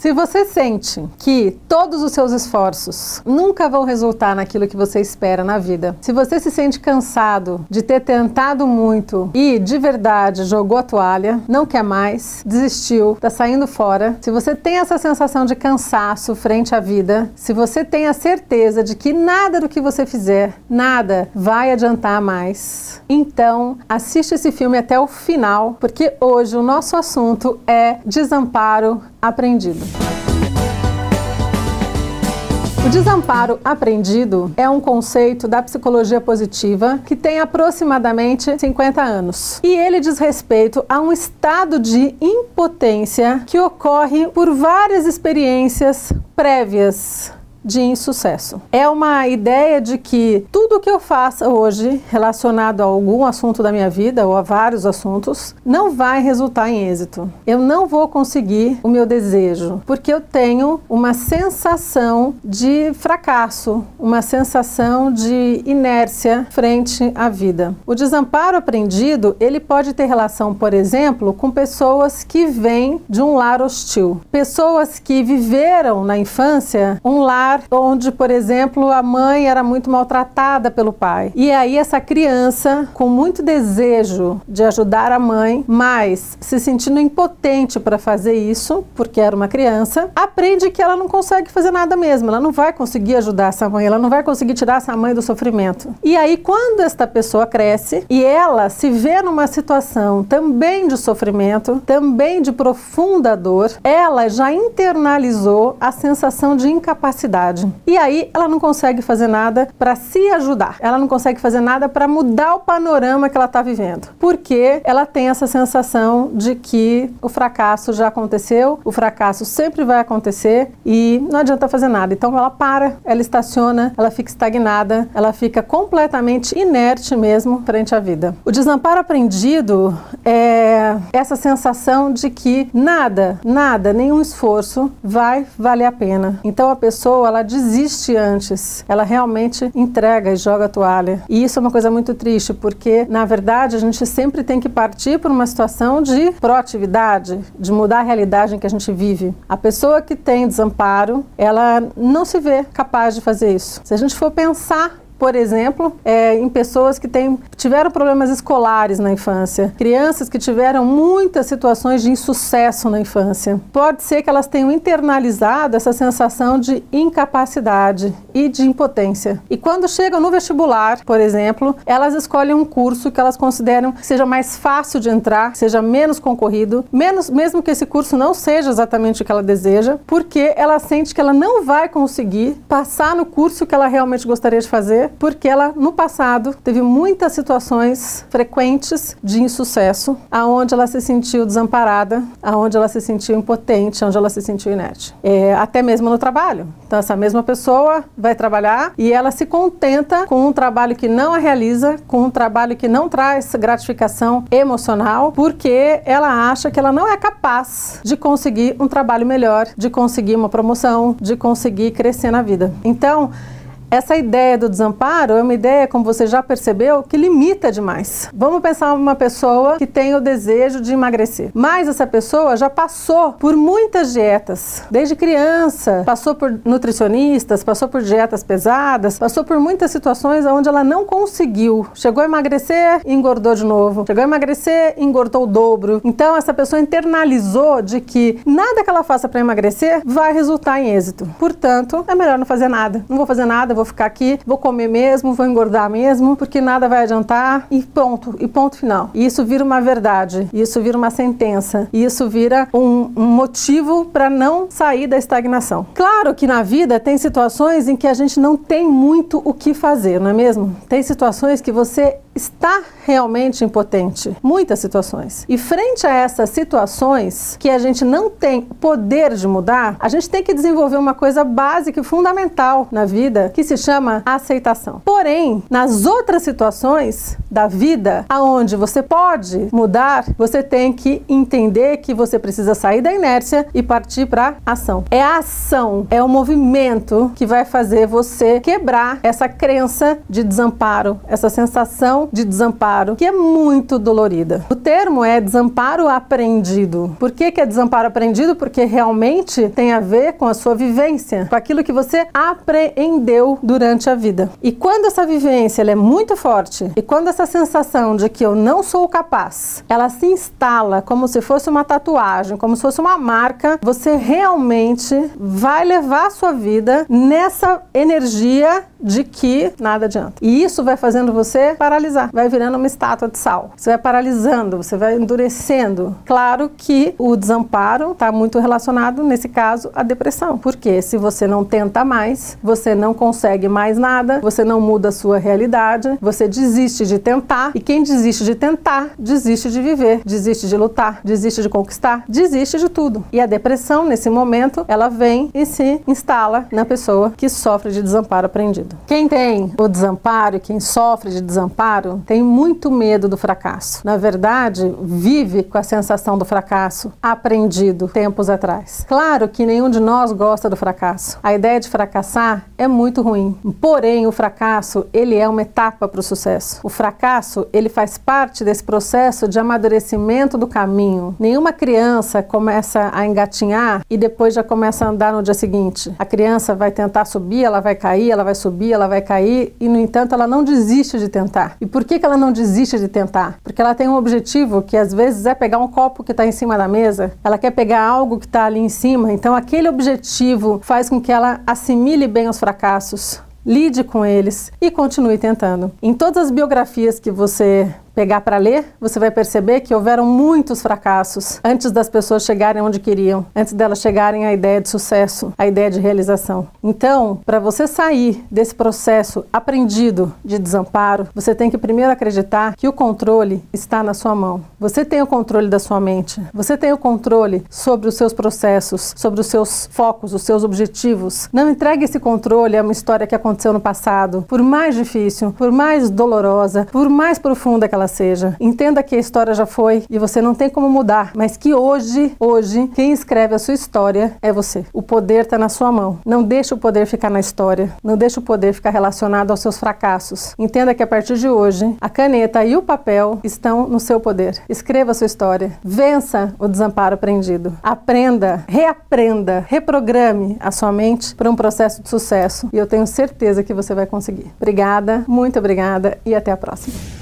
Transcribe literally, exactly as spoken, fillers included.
Se você sente que todos os seus esforços nunca vão resultar naquilo que você espera na vida, se você se sente cansado de ter tentado muito e de verdade jogou a toalha, não quer mais, desistiu, tá saindo fora, se você tem essa sensação de cansaço frente à vida, se você tem a certeza de que nada do que você fizer, nada vai adiantar mais, então assiste esse filme até o final, porque hoje o nosso assunto é desamparo aprendido. O desamparo aprendido é um conceito da psicologia positiva que tem aproximadamente cinquenta anos. E ele diz respeito a um estado de impotência que ocorre por várias experiências prévias de insucesso. É uma ideia de que tudo que eu faça hoje relacionado a algum assunto da minha vida ou a vários assuntos não vai resultar em êxito. Eu não vou conseguir o meu desejo, porque eu tenho uma sensação de fracasso, uma sensação de inércia frente à vida. O desamparo aprendido, ele pode ter relação, por exemplo, com pessoas que vêm de um lar hostil. Pessoas que viveram na infância um lar onde, por exemplo, a mãe era muito maltratada pelo pai. E aí essa criança, com muito desejo de ajudar a mãe, mas se sentindo impotente para fazer isso, porque era uma criança, aprende que ela não consegue fazer nada mesmo, ela não vai conseguir ajudar essa mãe, ela não vai conseguir tirar essa mãe do sofrimento. E aí quando esta pessoa cresce e ela se vê numa situação também de sofrimento, também de profunda dor, ela já internalizou a sensação de incapacidade. E aí ela não consegue fazer nada para se ajudar. Ela não consegue fazer nada para mudar o panorama que ela está vivendo. Porque ela tem essa sensação de que o fracasso já aconteceu, o fracasso sempre vai acontecer e não adianta fazer nada. Então ela para, ela estaciona, ela fica estagnada, ela fica completamente inerte mesmo frente à vida. O desamparo aprendido é essa sensação de que nada, nada, nenhum esforço vai valer a pena. Então a pessoa ela desiste antes, ela realmente entrega e joga a toalha. E isso é uma coisa muito triste, porque na verdade a gente sempre tem que partir para uma situação de proatividade, de mudar a realidade em que a gente vive. A pessoa que tem desamparo, ela não se vê capaz de fazer isso. Se a gente for pensar, por exemplo, é, em pessoas que têm, tiveram problemas escolares na infância, crianças que tiveram muitas situações de insucesso na infância. Pode ser que elas tenham internalizado essa sensação de incapacidade e de impotência. E quando chegam no vestibular, por exemplo, elas escolhem um curso que elas consideram que seja mais fácil de entrar, seja menos concorrido, menos, mesmo que esse curso não seja exatamente o que ela deseja, porque ela sente que ela não vai conseguir passar no curso que ela realmente gostaria de fazer, porque ela, no passado, teve muitas situações frequentes de insucesso, aonde ela se sentiu desamparada, aonde ela se sentiu impotente, onde ela se sentiu inerte. É, até mesmo no trabalho. Então, essa mesma pessoa vai trabalhar e ela se contenta com um trabalho que não a realiza, com um trabalho que não traz gratificação emocional, porque ela acha que ela não é capaz de conseguir um trabalho melhor, de conseguir uma promoção, de conseguir crescer na vida. Então, essa ideia do desamparo é uma ideia, como você já percebeu, que limita demais. Vamos pensar uma pessoa que tem o desejo de emagrecer, mas essa pessoa já passou por muitas dietas, desde criança, passou por nutricionistas, passou por dietas pesadas, passou por muitas situações onde ela não conseguiu. Chegou a emagrecer e engordou de novo. Chegou a emagrecer e engordou o dobro. Então essa pessoa internalizou de que nada que ela faça para emagrecer vai resultar em êxito. Portanto, é melhor não fazer nada. Não vou fazer nada, vou ficar aqui, vou comer mesmo, vou engordar mesmo, porque nada vai adiantar e ponto, e ponto final. E isso vira uma verdade, isso vira uma sentença, e isso vira um, um motivo para não sair da estagnação. Claro que na vida tem situações em que a gente não tem muito o que fazer, não é mesmo? Tem situações que você está realmente impotente, muitas situações. E frente a essas situações que a gente não tem poder de mudar, a gente tem que desenvolver uma coisa básica e fundamental na vida, que se chama aceitação. Porém, nas outras situações da vida, aonde você pode mudar, você tem que entender que você precisa sair da inércia e partir para ação. É a ação, é o movimento que vai fazer você quebrar essa crença de desamparo, essa sensação sensação de desamparo, que é muito dolorida. O termo é desamparo aprendido. Por que que é desamparo aprendido? Porque realmente tem a ver com a sua vivência, com aquilo que você apreendeu durante a vida. E quando essa vivência ela é muito forte, e quando essa sensação de que eu não sou capaz, ela se instala como se fosse uma tatuagem, como se fosse uma marca, você realmente vai levar a sua vida nessa energia de que nada adianta. E isso vai fazendo você paralisar, vai virando uma estátua de sal. Você vai paralisando, você vai endurecendo. Claro que o desamparo está muito relacionado, nesse caso, à depressão. Porque se você não tenta mais, você não consegue mais nada, você não muda a sua realidade, você desiste de tentar, e quem desiste de tentar, desiste de viver, desiste de lutar, desiste de conquistar, desiste de tudo. E a depressão, nesse momento, ela vem e se instala na pessoa que sofre de desamparo aprendido. Quem tem o desamparo, quem sofre de desamparo, tem muito medo do fracasso. Na verdade, vive com a sensação do fracasso aprendido tempos atrás. Claro que nenhum de nós gosta do fracasso. A ideia de fracassar é muito ruim. Porém, o fracasso, ele é uma etapa para o sucesso. O fracasso, ele faz parte desse processo de amadurecimento do caminho. Nenhuma criança começa a engatinhar e depois já começa a andar no dia seguinte. A criança vai tentar subir, ela vai cair, ela vai subir, ela vai cair e, no entanto, ela não desiste de tentar. E por que que ela não desiste de tentar? Porque ela tem um objetivo que, às vezes, é pegar um copo que está em cima da mesa, ela quer pegar algo que está ali em cima, então aquele objetivo faz com que ela assimile bem os fracassos, lide com eles e continue tentando. Em todas as biografias que você pegar para ler, você vai perceber que houveram muitos fracassos antes das pessoas chegarem onde queriam, antes delas chegarem à ideia de sucesso, à ideia de realização. Então, para você sair desse processo aprendido de desamparo, você tem que primeiro acreditar que o controle está na sua mão. Você tem o controle da sua mente, você tem o controle sobre os seus processos, sobre os seus focos, os seus objetivos. Não entregue esse controle a uma história que aconteceu no passado, por mais difícil, por mais dolorosa, por mais profunda que ela seja. Entenda que a história já foi e você não tem como mudar, mas que hoje, hoje, quem escreve a sua história é você. O poder está na sua mão. Não deixe o poder ficar na história. Não deixe o poder ficar relacionado aos seus fracassos. Entenda que a partir de hoje, a caneta e o papel estão no seu poder. Escreva a sua história. Vença o desamparo aprendido. Aprenda, reaprenda, reprograme a sua mente para um processo de sucesso. E eu tenho certeza que você vai conseguir. Obrigada, muito obrigada e até a próxima.